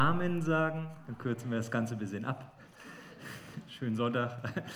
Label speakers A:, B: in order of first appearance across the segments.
A: Amen sagen, dann kürzen wir das Ganze ein bisschen ab. Schönen Sonntag.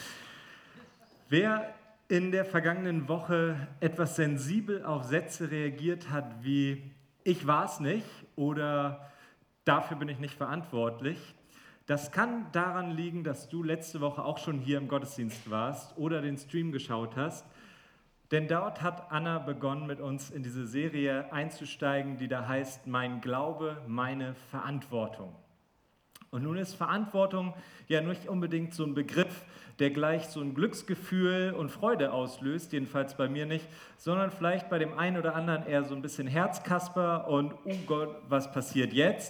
A: Wer in der vergangenen Woche etwas sensibel auf Sätze reagiert hat wie „Ich war's nicht" oder „Dafür bin ich nicht verantwortlich", das kann daran liegen, dass du letzte Woche auch schon hier im Gottesdienst warst oder den Stream geschaut hast. Denn dort hat Anna begonnen, mit uns in diese Serie einzusteigen, die da heißt „Mein Glaube, meine Verantwortung". Und nun ist Verantwortung ja nicht unbedingt so ein Begriff, der gleich so ein Glücksgefühl und Freude auslöst, jedenfalls bei mir nicht, sondern vielleicht bei dem einen oder anderen eher so ein bisschen Herzkasper und „Oh Gott, was passiert jetzt?"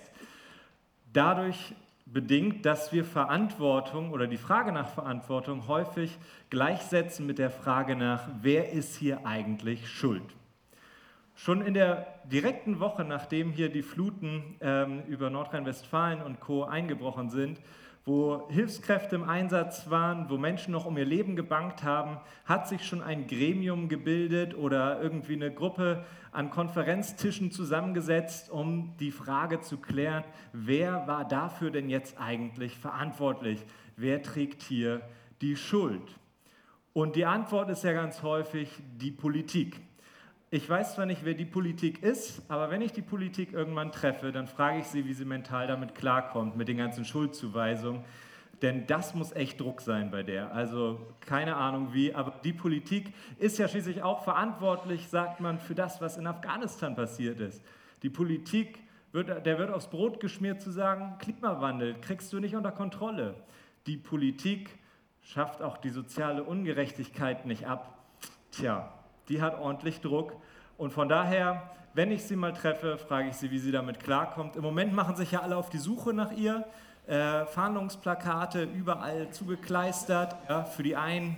A: Dadurch bedingt, dass wir Verantwortung oder die Frage nach Verantwortung häufig gleichsetzen mit der Frage nach: Wer ist hier eigentlich schuld? Schon in der direkten Woche, nachdem hier die Fluten über Nordrhein-Westfalen und Co. eingebrochen sind, wo Hilfskräfte im Einsatz waren, wo Menschen noch um ihr Leben gebangt haben, hat sich schon ein Gremium gebildet oder irgendwie eine Gruppe an Konferenztischen zusammengesetzt, um die Frage zu klären: Wer war dafür denn jetzt eigentlich verantwortlich? Wer trägt hier die Schuld? Und die Antwort ist ja ganz häufig die Politik. Ich weiß zwar nicht, wer die Politik ist, aber wenn ich die Politik irgendwann treffe, dann frage ich sie, wie sie mental damit klarkommt, mit den ganzen Schuldzuweisungen. Denn das muss echt Druck sein bei der. Also keine Ahnung wie, aber die Politik ist ja schließlich auch verantwortlich, sagt man, für das, was in Afghanistan passiert ist. Die Politik, der wird aufs Brot geschmiert zu sagen, Klimawandel kriegst du nicht unter Kontrolle. Die Politik schafft auch die soziale Ungerechtigkeit nicht ab. Tja, die hat ordentlich Druck. Und von daher, wenn ich sie mal treffe, frage ich sie, wie sie damit klarkommt. Im Moment machen sich ja alle auf die Suche nach ihr. Fahndungsplakate überall zugekleistert. Ja, für die einen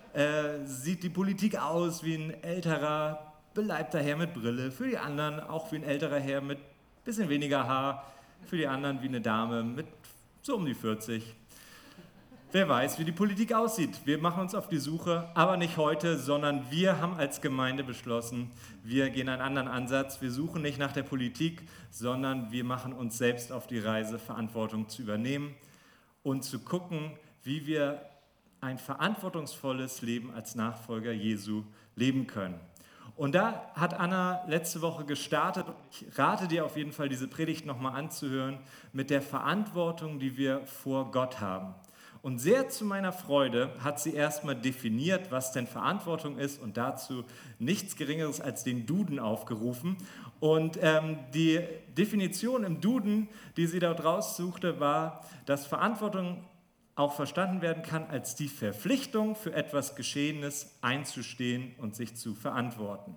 A: sieht die Politik aus wie ein älterer, beleibter Herr mit Brille. Für die anderen auch wie ein älterer Herr mit bisschen weniger Haar. Für die anderen wie eine Dame mit so um die 40. Wer weiß, wie die Politik aussieht. Wir machen uns auf die Suche, aber nicht heute, sondern wir haben als Gemeinde beschlossen, wir gehen einen anderen Ansatz. Wir suchen nicht nach der Politik, sondern wir machen uns selbst auf die Reise, Verantwortung zu übernehmen und zu gucken, wie wir ein verantwortungsvolles Leben als Nachfolger Jesu leben können. Und da hat Anna letzte Woche gestartet. Ich rate dir auf jeden Fall, diese Predigt nochmal anzuhören, mit der Verantwortung, die wir vor Gott haben. Und sehr zu meiner Freude hat sie erstmal definiert, was denn Verantwortung ist und dazu nichts Geringeres als den Duden aufgerufen. Und die Definition im Duden, die sie dort raussuchte, war, dass Verantwortung auch verstanden werden kann als die Verpflichtung, für etwas Geschehenes einzustehen und sich zu verantworten.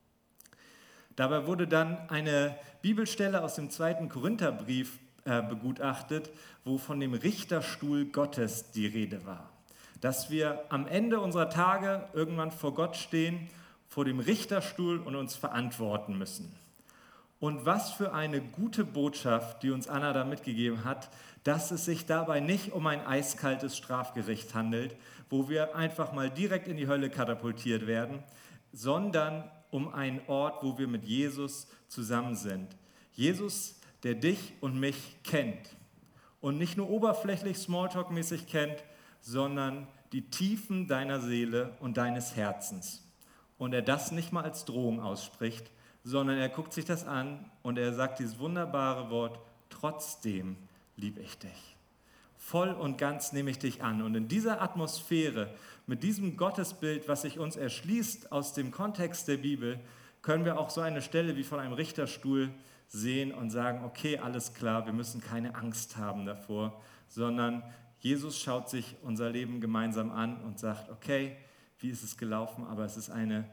A: Dabei wurde dann eine Bibelstelle aus dem 2. Korintherbrief begutachtet, wo von dem Richterstuhl Gottes die Rede war. Dass wir am Ende unserer Tage irgendwann vor Gott stehen, vor dem Richterstuhl und uns verantworten müssen. Und was für eine gute Botschaft, die uns Anna da mitgegeben hat, dass es sich dabei nicht um ein eiskaltes Strafgericht handelt, wo wir einfach mal direkt in die Hölle katapultiert werden, sondern um einen Ort, wo wir mit Jesus zusammen sind. Jesus, der dich und mich kennt und nicht nur oberflächlich Smalltalk-mäßig kennt, sondern die Tiefen deiner Seele und deines Herzens. Und er das nicht mal als Drohung ausspricht, sondern er guckt sich das an und er sagt dieses wunderbare Wort: Trotzdem liebe ich dich. Voll und ganz nehme ich dich an. Und in dieser Atmosphäre, mit diesem Gottesbild, was sich uns erschließt aus dem Kontext der Bibel, können wir auch so eine Stelle wie von einem Richterstuhl sehen und sagen: Okay, alles klar, wir müssen keine Angst haben davor, sondern Jesus schaut sich unser Leben gemeinsam an und sagt: Okay, wie ist es gelaufen? Aber es ist eine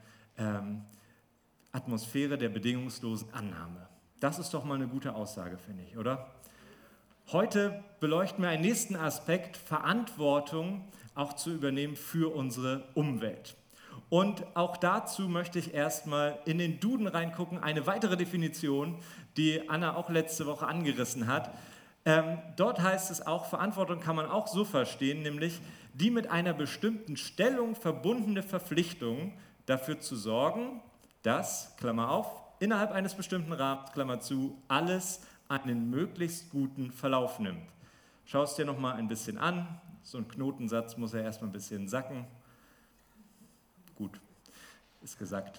A: Atmosphäre der bedingungslosen Annahme. Das ist doch mal eine gute Aussage, finde ich, oder? Heute beleuchten wir einen nächsten Aspekt: Verantwortung auch zu übernehmen für unsere Umwelt. Und auch dazu möchte ich erstmal in den Duden reingucken, eine weitere Definition, die Anna auch letzte Woche angerissen hat. Dort heißt es auch, Verantwortung kann man auch so verstehen, nämlich die mit einer bestimmten Stellung verbundene Verpflichtung, dafür zu sorgen, dass, Klammer auf, innerhalb eines bestimmten Rahmens, Klammer zu, alles einen möglichst guten Verlauf nimmt. Schau es dir nochmal ein bisschen an. So ein Knotensatz muss ja erstmal ein bisschen sacken. Gut, ist gesagt.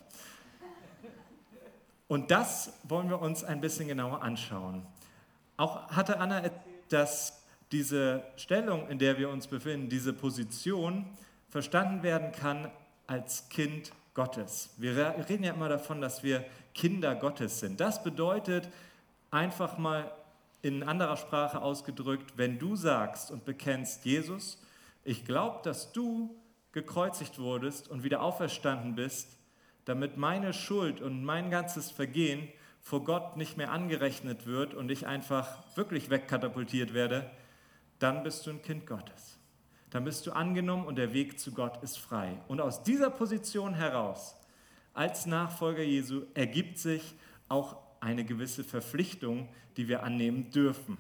A: Und das wollen wir uns ein bisschen genauer anschauen. Auch hatte Anna erzählt, dass diese Stellung, in der wir uns befinden, diese Position, verstanden werden kann als Kind Gottes. Wir reden ja immer davon, dass wir Kinder Gottes sind. Das bedeutet, einfach mal in anderer Sprache ausgedrückt, wenn du sagst und bekennst, Jesus, ich glaube, dass du gekreuzigt wurdest und wieder auferstanden bist, damit meine Schuld und mein ganzes Vergehen vor Gott nicht mehr angerechnet wird und ich einfach wirklich wegkatapultiert werde, dann bist du ein Kind Gottes. Dann bist du angenommen und der Weg zu Gott ist frei. Und aus dieser Position heraus, als Nachfolger Jesu, ergibt sich auch eine gewisse Verpflichtung, die wir annehmen dürfen.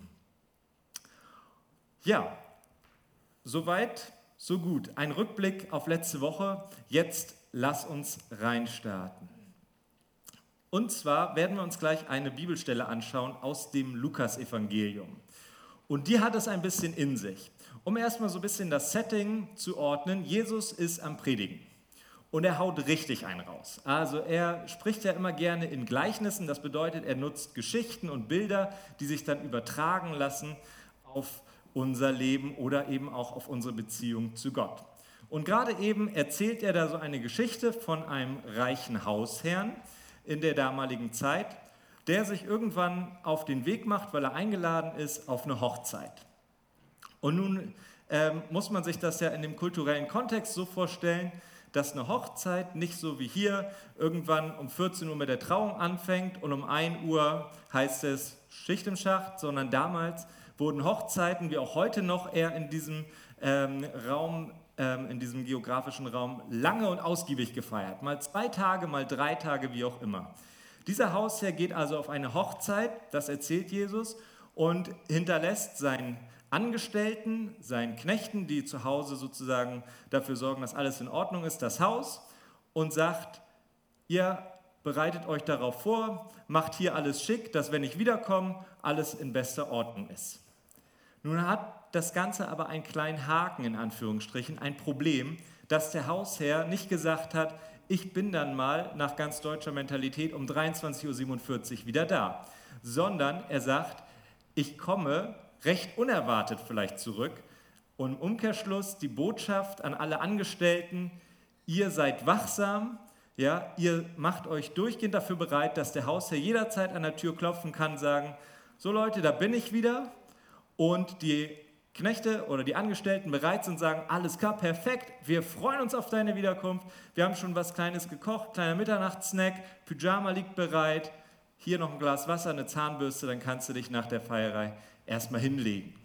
A: Ja, soweit, so gut. Ein Rückblick auf letzte Woche. Jetzt lass uns reinstarten. Und zwar werden wir uns gleich eine Bibelstelle anschauen aus dem Lukasevangelium. Und die hat es ein bisschen in sich. Um erstmal so ein bisschen das Setting zu ordnen, Jesus ist am Predigen. Und er haut richtig einen raus. Also er spricht ja immer gerne in Gleichnissen. Das bedeutet, er nutzt Geschichten und Bilder, die sich dann übertragen lassen auf unser Leben oder eben auch auf unsere Beziehung zu Gott. Und gerade eben erzählt er da so eine Geschichte von einem reichen Hausherrn in der damaligen Zeit, der sich irgendwann auf den Weg macht, weil er eingeladen ist auf eine Hochzeit. Und nun muss man sich das ja in dem kulturellen Kontext so vorstellen, dass eine Hochzeit nicht so wie hier irgendwann um 14 Uhr mit der Trauung anfängt und um 1 Uhr heißt es Schicht im Schacht, sondern damals wurden Hochzeiten wie auch heute noch eher in diesem Raum, in diesem geografischen Raum lange und ausgiebig gefeiert. Mal 2 Tage, mal 3 Tage, wie auch immer. Dieser Hausherr geht also auf eine Hochzeit, das erzählt Jesus, und hinterlässt seinen Angestellten, seinen Knechten, die zu Hause sozusagen dafür sorgen, dass alles in Ordnung ist, das Haus und sagt, ihr bereitet euch darauf vor, macht hier alles schick, dass wenn ich wiederkomme, alles in bester Ordnung ist. Nun hat das Ganze aber einen kleinen Haken in Anführungsstrichen, ein Problem, dass der Hausherr nicht gesagt hat, ich bin dann mal nach ganz deutscher Mentalität um 23.47 Uhr wieder da, sondern er sagt, ich komme recht unerwartet vielleicht zurück und im Umkehrschluss die Botschaft an alle Angestellten, ihr seid wachsam, ja, ihr macht euch durchgehend dafür bereit, dass der Hausherr jederzeit an der Tür klopfen kann, sagen, so Leute, da bin ich wieder, und die Knechte oder die Angestellten bereit sind und sagen, alles klar, perfekt, wir freuen uns auf deine Wiederkunft, wir haben schon was Kleines gekocht, kleiner Mitternachtssnack, Pyjama liegt bereit, hier noch ein Glas Wasser, eine Zahnbürste, dann kannst du dich nach der Feierei erstmal hinlegen.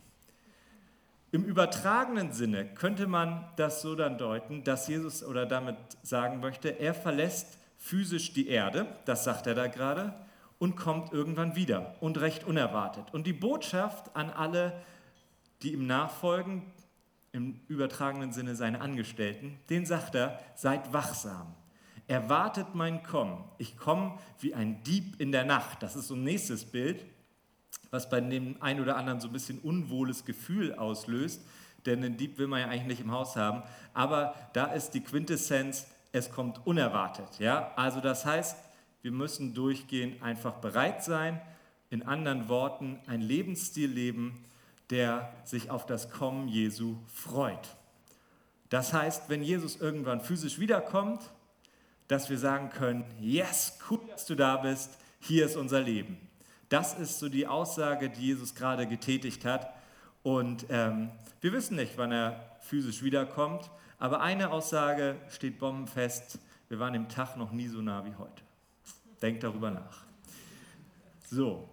A: Im übertragenen Sinne könnte man das so dann deuten, dass Jesus oder damit sagen möchte, er verlässt physisch die Erde, das sagt er da gerade, und kommt irgendwann wieder und recht unerwartet. Und die Botschaft an alle, die ihm nachfolgen, im übertragenen Sinne seine Angestellten, denen sagt er, seid wachsam. Erwartet mein Kommen. Ich komme wie ein Dieb in der Nacht. Das ist so ein nächstes Bild, was bei dem einen oder anderen so ein bisschen unwohles Gefühl auslöst, denn einen Dieb will man ja eigentlich nicht im Haus haben. Aber da ist die Quintessenz, es kommt unerwartet. Ja? Also das heißt, wir müssen durchgehend einfach bereit sein, in anderen Worten ein Lebensstil leben, der sich auf das Kommen Jesu freut. Das heißt, wenn Jesus irgendwann physisch wiederkommt, dass wir sagen können, yes, cool, dass du da bist, hier ist unser Leben. Das ist so die Aussage, die Jesus gerade getätigt hat. Und wir wissen nicht, wann er physisch wiederkommt, aber eine Aussage steht bombenfest, wir waren dem Tag noch nie so nah wie heute. Denkt darüber nach. So,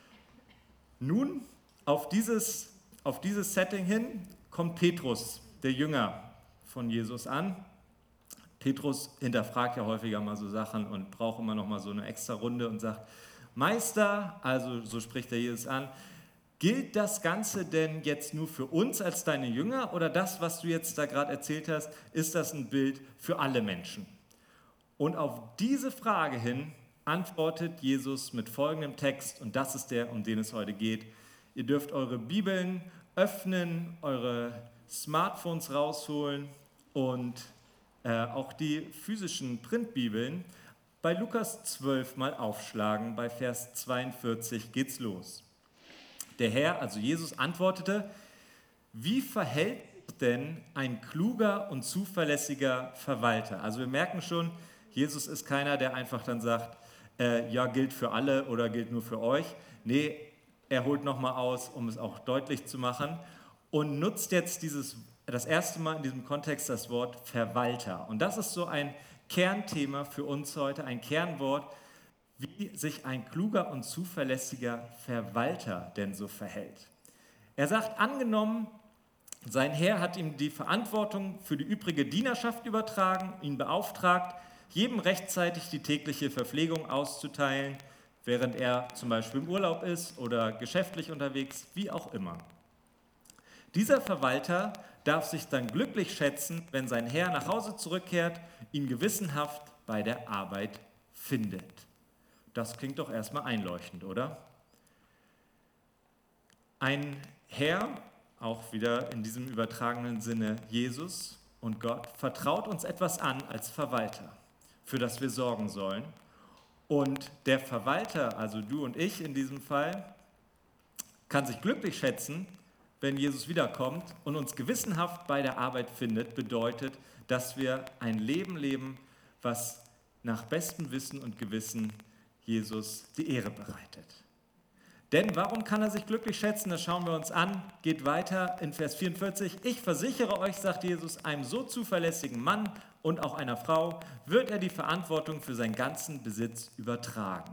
A: nun auf dieses Setting hin kommt Petrus, der Jünger von Jesus, an. Petrus hinterfragt ja häufiger mal so Sachen und braucht immer noch mal so eine extra Runde und sagt, Meister, also so spricht er Jesus an, gilt das Ganze denn jetzt nur für uns als deine Jünger oder das, was du jetzt da gerade erzählt hast, ist das ein Bild für alle Menschen? Und auf diese Frage hin antwortet Jesus mit folgendem Text, und das ist der, um den es heute geht. Ihr dürft eure Bibeln öffnen, eure Smartphones rausholen und auch die physischen Printbibeln bei Lukas 12 mal aufschlagen. Bei Vers 42 geht's los. Der Herr, also Jesus, antwortete: Wie verhält sich denn ein kluger und zuverlässiger Verwalter? Also wir merken schon, Jesus ist keiner, der einfach dann sagt, ja, gilt für alle oder gilt nur für euch. Nee, er holt nochmal aus, um es auch deutlich zu machen und nutzt jetzt das erste Mal in diesem Kontext das Wort Verwalter. Und das ist so ein Kernthema für uns heute, ein Kernwort, wie sich ein kluger und zuverlässiger Verwalter denn so verhält. Er sagt, angenommen, sein Herr hat ihm die Verantwortung für die übrige Dienerschaft übertragen, ihn beauftragt, jedem rechtzeitig die tägliche Verpflegung auszuteilen, während er zum Beispiel im Urlaub ist oder geschäftlich unterwegs, wie auch immer. Dieser Verwalter darf sich dann glücklich schätzen, wenn sein Herr nach Hause zurückkehrt, ihn gewissenhaft bei der Arbeit findet. Das klingt doch erstmal einleuchtend, oder? Ein Herr, auch wieder in diesem übertragenen Sinne Jesus und Gott, vertraut uns etwas an als Verwalter, für das wir sorgen sollen. Und der Verwalter, also du und ich in diesem Fall, kann sich glücklich schätzen, wenn Jesus wiederkommt und uns gewissenhaft bei der Arbeit findet, bedeutet, dass wir ein Leben leben, was nach bestem Wissen und Gewissen Jesus die Ehre bereitet. Denn warum kann er sich glücklich schätzen? Das schauen wir uns an. Geht weiter in Vers 44. Ich versichere euch, sagt Jesus, einem so zuverlässigen Mann und auch einer Frau wird er die Verantwortung für seinen ganzen Besitz übertragen.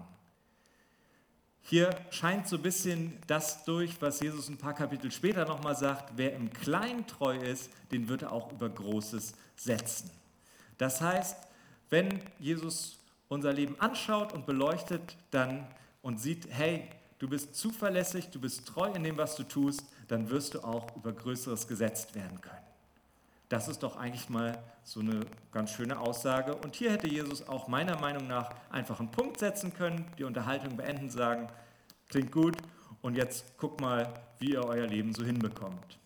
A: Hier scheint so ein bisschen das durch, was Jesus ein paar Kapitel später nochmal sagt, wer im Kleinen treu ist, den wird er auch über Großes setzen. Das heißt, wenn Jesus unser Leben anschaut und beleuchtet dann und sieht, hey, du bist zuverlässig, du bist treu in dem, was du tust, dann wirst du auch über Größeres gesetzt werden können. Das ist doch eigentlich mal so eine ganz schöne Aussage. Und hier hätte Jesus auch meiner Meinung nach einfach einen Punkt setzen können, die Unterhaltung beenden, sagen, klingt gut und jetzt guckt mal, wie ihr euer Leben so hinbekommt.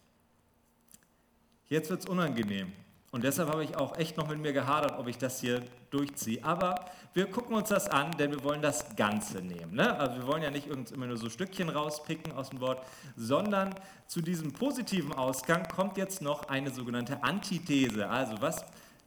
A: Jetzt wird es unangenehm. Und deshalb habe ich auch echt noch mit mir gehadert, ob ich das hier durchziehe. Aber wir gucken uns das an, denn wir wollen das Ganze nehmen. Ne? Also wir wollen ja nicht immer nur so Stückchen rauspicken aus dem Wort, sondern zu diesem positiven Ausgang kommt jetzt noch eine sogenannte Antithese. Also was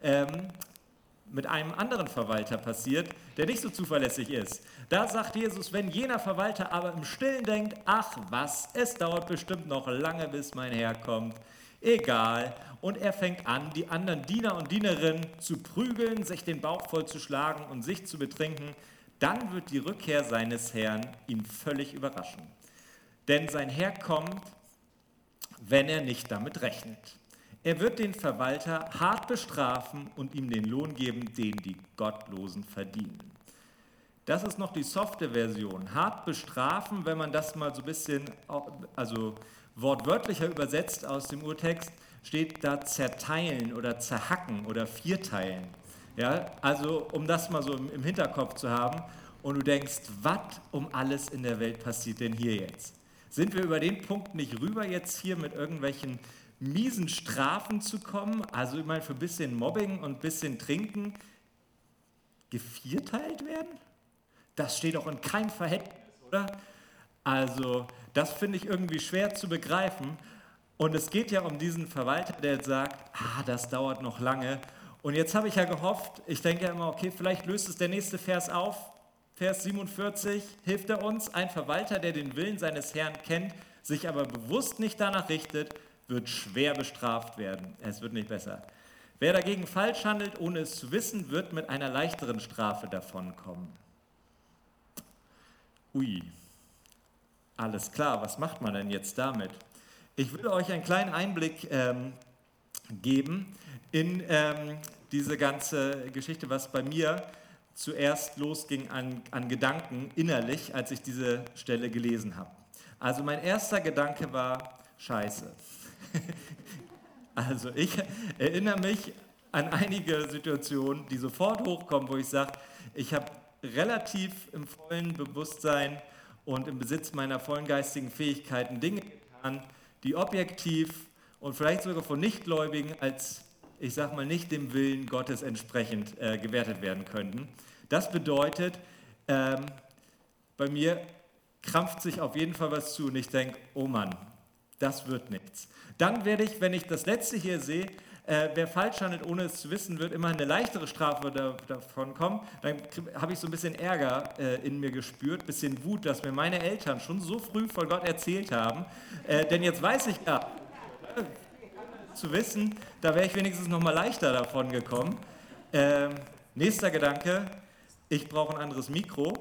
A: mit einem anderen Verwalter passiert, der nicht so zuverlässig ist. Da sagt Jesus, wenn jener Verwalter aber im Stillen denkt, ach was, es dauert bestimmt noch lange, bis mein Herr kommt, egal. Und er fängt an, die anderen Diener und Dienerinnen zu prügeln, sich den Bauch voll zu schlagen und sich zu betrinken. Dann wird die Rückkehr seines Herrn ihn völlig überraschen. Denn sein Herr kommt, wenn er nicht damit rechnet. Er wird den Verwalter hart bestrafen und ihm den Lohn geben, den die Gottlosen verdienen. Das ist noch die softe Version. Hart bestrafen, wenn man das mal so ein bisschen, also wortwörtlicher übersetzt aus dem Urtext, steht da zerteilen oder zerhacken oder vierteilen. Ja, also um das mal so im Hinterkopf zu haben und du denkst, was um alles in der Welt passiert denn hier jetzt? Sind wir über den Punkt nicht rüber, jetzt hier mit irgendwelchen miesen Strafen zu kommen? Also ich meine, für ein bisschen Mobbing und ein bisschen Trinken gevierteilt werden? Das steht doch in keinem Verhältnis, oder? Also das finde ich irgendwie schwer zu begreifen. Und es geht ja um diesen Verwalter, der jetzt sagt, das dauert noch lange. Und jetzt habe ich ja gehofft, ich denke ja immer, okay, vielleicht löst es der nächste Vers auf. Vers 47, hilft er uns, ein Verwalter, der den Willen seines Herrn kennt, sich aber bewusst nicht danach richtet, wird schwer bestraft werden. Es wird nicht besser. Wer dagegen falsch handelt, ohne es zu wissen, wird mit einer leichteren Strafe davonkommen. Ui, alles klar, was macht man denn jetzt damit? Ich will euch einen kleinen Einblick geben in diese ganze Geschichte, was bei mir zuerst losging an Gedanken innerlich, als ich diese Stelle gelesen habe. Also mein erster Gedanke war, Scheiße. Also ich erinnere mich an einige Situationen, die sofort hochkommen, wo ich sage, ich habe relativ im vollen Bewusstsein und im Besitz meiner vollen geistigen Fähigkeiten Dinge getan, die objektiv und vielleicht sogar von Nichtgläubigen als, ich sag mal, nicht dem Willen Gottes entsprechend gewertet werden könnten. Das bedeutet, bei mir krampft sich auf jeden Fall was zu und ich denke, oh Mann, das wird nichts. Dann werde ich, wenn ich das letzte hier sehe, wer falsch handelt, ohne es zu wissen, wird immer eine leichtere Strafe davon kommen. Dann habe ich so ein bisschen Ärger in mir gespürt, ein bisschen Wut, dass mir meine Eltern schon so früh von Gott erzählt haben. Denn jetzt weiß ich ja, zu wissen, da wäre ich wenigstens noch mal leichter davon gekommen. Nächster Gedanke, ich brauche ein anderes Mikro.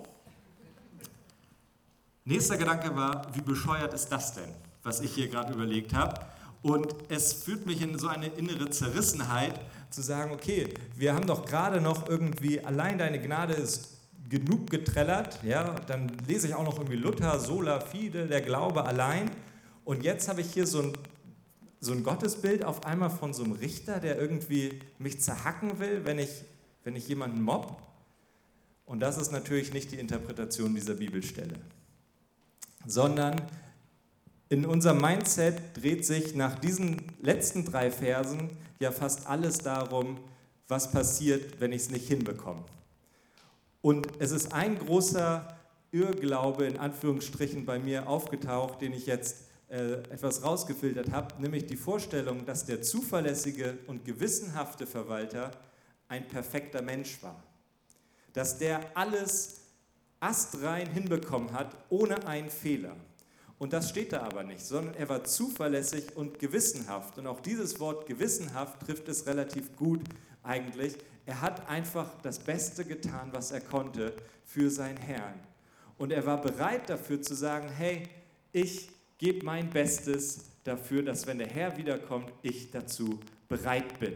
A: Nächster Gedanke war, wie bescheuert ist das denn, was ich hier gerade überlegt habe? Und es führt mich in so eine innere Zerrissenheit, zu sagen, okay, wir haben doch gerade noch irgendwie, allein deine Gnade ist genug getrellert, ja, dann lese ich auch noch irgendwie Luther, Sola Fide, der Glaube allein. Und jetzt habe ich hier so ein Gottesbild auf einmal von so einem Richter, der irgendwie mich zerhacken will, wenn ich jemanden mobb. Und das ist natürlich nicht die Interpretation dieser Bibelstelle, sondern in unserem Mindset dreht sich nach diesen letzten 3 Versen ja fast alles darum, was passiert, wenn ich es nicht hinbekomme. Und es ist ein großer Irrglaube, in Anführungsstrichen, bei mir aufgetaucht, den ich jetzt etwas rausgefiltert habe, nämlich die Vorstellung, dass der zuverlässige und gewissenhafte Verwalter ein perfekter Mensch war. Dass der alles astrein hinbekommen hat, ohne einen Fehler. Und das steht da aber nicht, sondern er war zuverlässig und gewissenhaft. Und auch dieses Wort gewissenhaft trifft es relativ gut eigentlich. Er hat einfach das Beste getan, was er konnte für seinen Herrn. Und er war bereit dafür zu sagen, hey, ich gebe mein Bestes dafür, dass wenn der Herr wiederkommt, ich dazu bereit bin.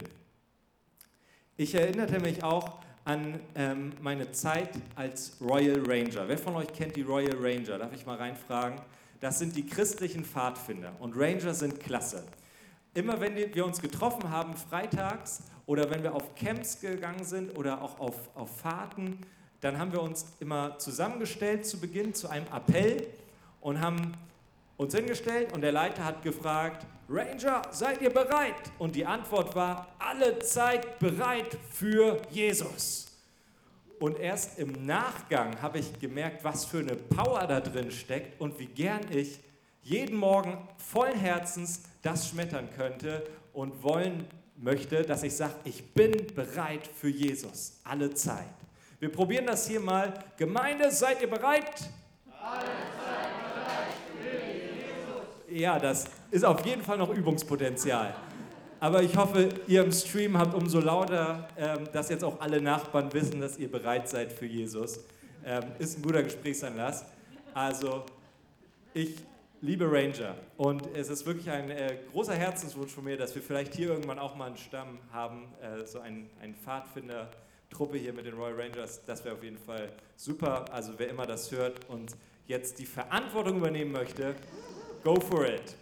A: Ich erinnerte mich auch an meine Zeit als Royal Ranger. Wer von euch kennt die Royal Ranger? Darf ich mal reinfragen? Das sind die christlichen Pfadfinder und Ranger sind klasse. Immer wenn wir uns getroffen haben, freitags oder wenn wir auf Camps gegangen sind oder auch auf Fahrten, dann haben wir uns immer zusammengestellt zu Beginn zu einem Appell und haben uns hingestellt und der Leiter hat gefragt, Ranger, seid ihr bereit? Und die Antwort war, alle Zeit bereit für Jesus. Und erst im Nachgang habe ich gemerkt, was für eine Power da drin steckt und wie gern ich jeden Morgen vollen Herzens das schmettern könnte und wollen möchte, dass ich sage, ich bin bereit für Jesus, alle Zeit. Wir probieren das hier mal. Gemeinde, seid ihr bereit? Alle Zeit bereit für Jesus. Ja, das ist auf jeden Fall noch Übungspotenzial. Aber ich hoffe, ihr im Stream habt umso lauter, dass jetzt auch alle Nachbarn wissen, dass ihr bereit seid für Jesus. Ist ein guter Gesprächsanlass. Also, ich liebe Ranger und es ist wirklich ein großer Herzenswunsch von mir, dass wir vielleicht hier irgendwann auch mal einen Stamm haben, so eine Pfadfinder-Truppe hier mit den Royal Rangers. Das wäre auf jeden Fall super. Also, wer immer das hört und jetzt die Verantwortung übernehmen möchte, go for it.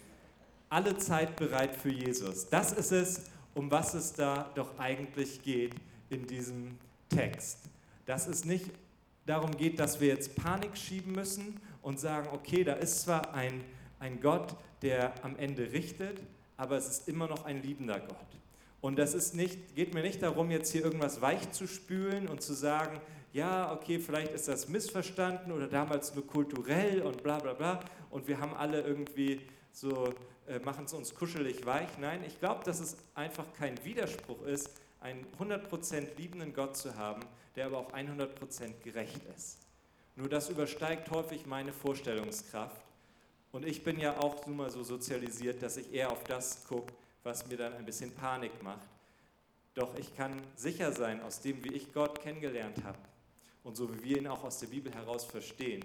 A: Alle Zeit bereit für Jesus. Das ist es, um was es da doch eigentlich geht in diesem Text. Dass es nicht darum geht, dass wir jetzt Panik schieben müssen und sagen, okay, da ist zwar ein Gott, der am Ende richtet, aber es ist immer noch ein liebender Gott. Und das geht mir nicht darum, jetzt hier irgendwas weich zu spülen und zu sagen, ja, okay, vielleicht ist das missverstanden oder damals nur kulturell und bla bla bla und wir haben alle irgendwie so, machen es uns kuschelig weich. Nein, ich glaube, dass es einfach kein Widerspruch ist, einen 100% liebenden Gott zu haben, der aber auch 100% gerecht ist. Nur das übersteigt häufig meine Vorstellungskraft und ich bin ja auch nun mal so sozialisiert, dass ich eher auf das gucke, was mir dann ein bisschen Panik macht. Doch ich kann sicher sein, aus dem, wie ich Gott kennengelernt habe und so wie wir ihn auch aus der Bibel heraus verstehen,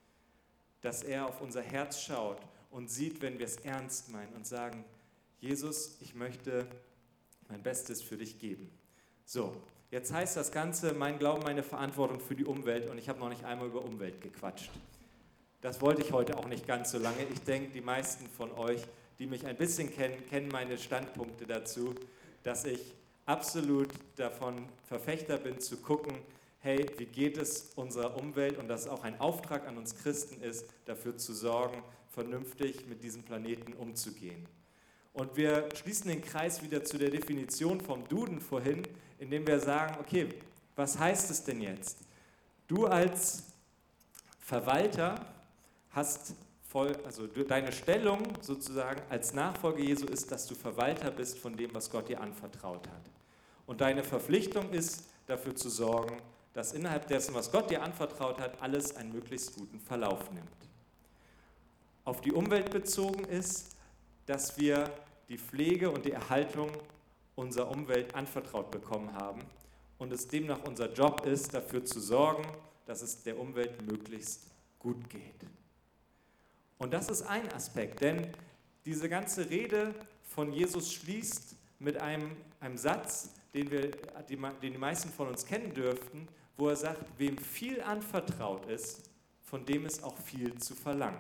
A: dass er auf unser Herz schaut und sieht, wenn wir es ernst meinen und sagen, Jesus, ich möchte mein Bestes für dich geben. So, jetzt heißt das Ganze, mein Glauben, meine Verantwortung für die Umwelt und ich habe noch nicht einmal über Umwelt gequatscht. Das wollte ich heute auch nicht ganz so lange. Ich denke, die meisten von euch, die mich ein bisschen kennen, kennen meine Standpunkte dazu, dass ich absolut davon Verfechter bin, zu gucken,
B: hey, wie geht es unserer Umwelt und dass es auch ein Auftrag an uns Christen ist, dafür zu sorgen, vernünftig mit diesem Planeten umzugehen. Und wir schließen den Kreis wieder zu der Definition vom Duden vorhin, indem wir sagen, okay, was heißt es denn jetzt? Du als Verwalter hast deine Stellung sozusagen als Nachfolger Jesu ist, dass du Verwalter bist von dem, was Gott dir anvertraut hat. Und deine Verpflichtung ist, dafür zu sorgen, dass innerhalb dessen, was Gott dir anvertraut hat, alles einen möglichst guten Verlauf nimmt. Auf die Umwelt bezogen ist, dass wir die Pflege und die Erhaltung unserer Umwelt anvertraut bekommen haben und es demnach unser Job ist, dafür zu sorgen, dass es der Umwelt möglichst gut geht. Und das ist ein Aspekt, denn diese ganze Rede von Jesus schließt mit einem Satz, den die meisten von uns kennen dürften, wo er sagt, wem viel anvertraut ist, von dem ist auch viel zu verlangen.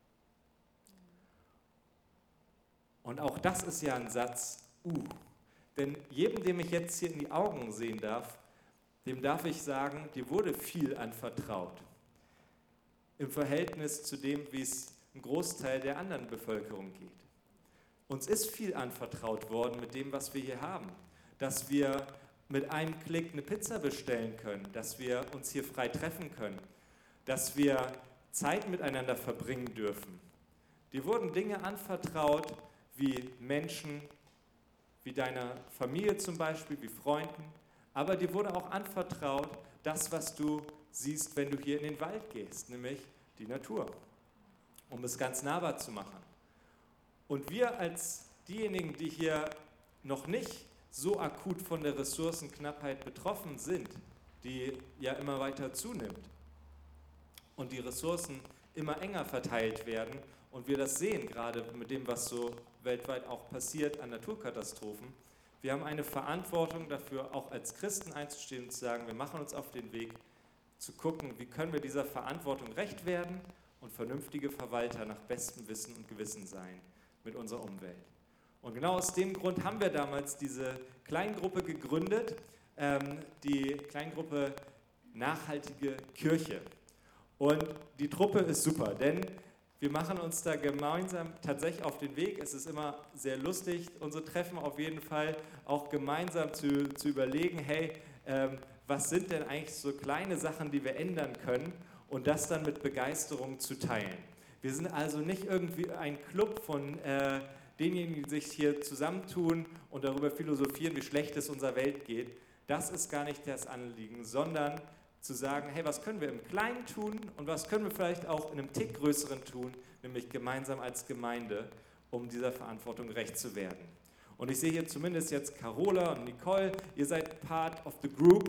B: Und auch das ist ja ein Satz, denn jedem, dem ich jetzt hier in die Augen sehen darf, dem darf ich sagen, dir wurde viel anvertraut. Im Verhältnis zu dem, wie es ein Großteil der anderen Bevölkerung geht. Uns ist viel anvertraut worden mit dem, was wir hier haben. Dass wir mit einem Klick eine Pizza bestellen können, dass wir uns hier frei treffen können, dass wir Zeit miteinander verbringen dürfen. Dir wurden Dinge anvertraut, wie Menschen, wie deiner Familie zum Beispiel, wie Freunden, aber dir wurde auch anvertraut, das, was du siehst, wenn du hier in den Wald gehst, nämlich die Natur, um es ganz nahbar zu machen. Und wir als diejenigen, die hier noch nicht so akut von der Ressourcenknappheit betroffen sind, die ja immer weiter zunimmt und die Ressourcen immer enger verteilt werden und wir das sehen, gerade mit dem, was so weltweit auch passiert an Naturkatastrophen. Wir haben eine Verantwortung dafür, auch als Christen einzustehen und zu sagen, wir machen uns auf den Weg, zu gucken, wie können wir dieser Verantwortung gerecht werden und vernünftige Verwalter nach bestem Wissen und Gewissen sein mit unserer Umwelt. Und genau aus dem Grund haben wir damals diese Kleingruppe gegründet, die Kleingruppe Nachhaltige Kirche. Und die Truppe ist super, denn wir machen uns da gemeinsam tatsächlich auf den Weg. Es ist immer sehr lustig, unsere Treffen auf jeden Fall auch gemeinsam zu überlegen, hey, was sind denn eigentlich so kleine Sachen, die wir ändern können und das dann mit Begeisterung zu teilen. Wir sind also nicht irgendwie ein Club von denjenigen, die sich hier zusammentun und darüber philosophieren, wie schlecht es unserer Welt geht. Das ist gar nicht das Anliegen, sondern zu sagen, hey, was können wir im Kleinen tun und was können wir vielleicht auch in einem Tick größeren tun, nämlich gemeinsam als Gemeinde, um dieser Verantwortung gerecht zu werden. Und ich sehe hier zumindest jetzt Carola und Nicole, ihr seid part of the group.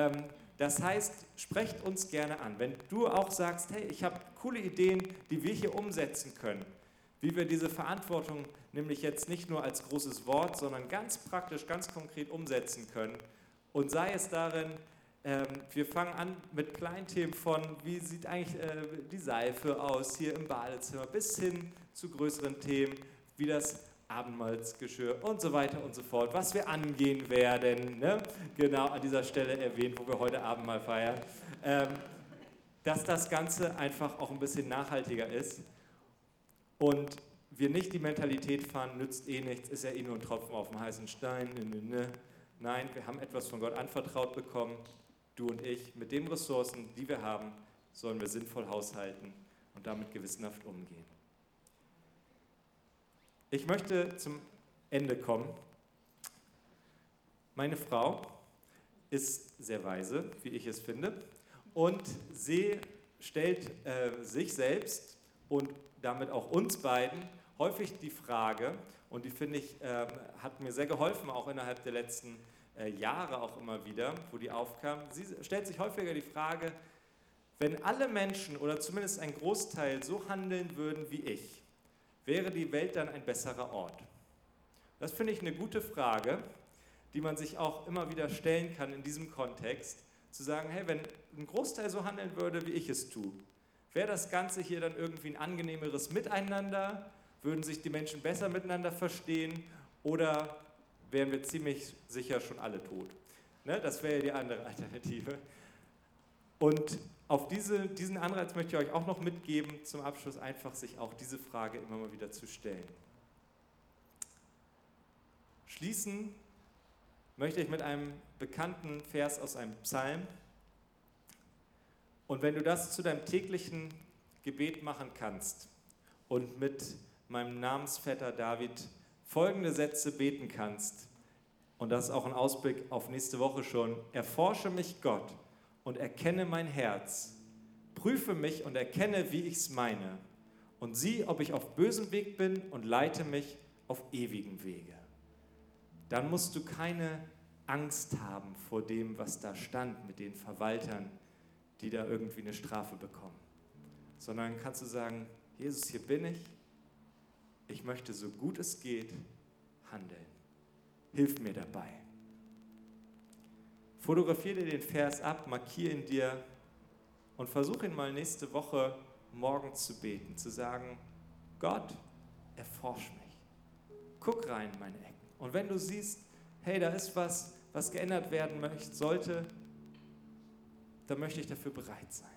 B: Das heißt, sprecht uns gerne an. Wenn du auch sagst, hey, ich habe coole Ideen, die wir hier umsetzen können, wie wir diese Verantwortung nämlich jetzt nicht nur als großes Wort, sondern ganz praktisch, ganz konkret umsetzen können. Und sei es darin, wir fangen an mit kleinen Themen von, wie sieht eigentlich die Seife aus hier im Badezimmer, bis hin zu größeren Themen, wie das Abendmahlsgeschirr und so weiter und so fort, was wir angehen werden, ne? Genau an dieser Stelle erwähnt, wo wir heute Abendmahl feiern, dass das Ganze einfach auch ein bisschen nachhaltiger ist und wir nicht die Mentalität fahren, nützt eh nichts, ist ja eh nur ein Tropfen auf dem heißen Stein, Nein, wir haben etwas von Gott anvertraut bekommen, du und ich, mit den Ressourcen, die wir haben, sollen wir sinnvoll haushalten und damit gewissenhaft umgehen. Ich möchte zum Ende kommen. Meine Frau ist sehr weise, wie ich es finde, und sie stellt sich selbst und damit auch uns beiden häufig die Frage, und die finde ich, hat mir sehr geholfen, auch innerhalb der letzten Jahre auch immer wieder, wo die aufkam. Sie stellt sich häufiger die Frage, wenn alle Menschen oder zumindest ein Großteil so handeln würden wie ich, wäre die Welt dann ein besserer Ort? Das finde ich eine gute Frage, die man sich auch immer wieder stellen kann in diesem Kontext, zu sagen, hey, wenn ein Großteil so handeln würde, wie ich es tue, wäre das Ganze hier dann irgendwie ein angenehmeres Miteinander? Würden sich die Menschen besser miteinander verstehen oder wären wir ziemlich sicher schon alle tot? Ne? Das wäre ja die andere Alternative. Und auf diesen Anreiz möchte ich euch auch noch mitgeben, zum Abschluss einfach sich auch diese Frage immer mal wieder zu stellen. Schließen möchte ich mit einem bekannten Vers aus einem Psalm. Und wenn du das zu deinem täglichen Gebet machen kannst und mit meinem Namensvetter David folgende Sätze beten kannst, und das ist auch ein Ausblick auf nächste Woche schon: Erforsche mich, Gott, und erkenne mein Herz. Prüfe mich und erkenne, wie ich es meine. Und sieh, ob ich auf bösem Weg bin, und leite mich auf ewigem Wege. Dann musst du keine Angst haben vor dem, was da stand mit den Verwaltern, die da irgendwie eine Strafe bekommen. Sondern kannst du sagen: Jesus, hier bin ich. Ich möchte, so gut es geht, handeln. Hilf mir dabei. Fotografiere dir den Vers ab, markiere ihn dir und versuche ihn mal nächste Woche morgen zu beten, zu sagen: Gott, erforsch mich. Guck rein in meine Ecken. Und wenn du siehst, hey, da ist was geändert werden sollte, dann möchte ich dafür bereit sein.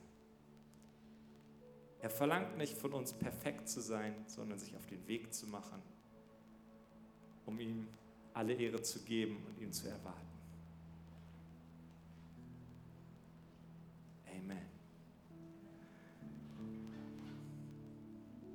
B: Er verlangt nicht von uns, perfekt zu sein, sondern sich auf den Weg zu machen, um ihm alle Ehre zu geben und ihn zu erwarten. Amen.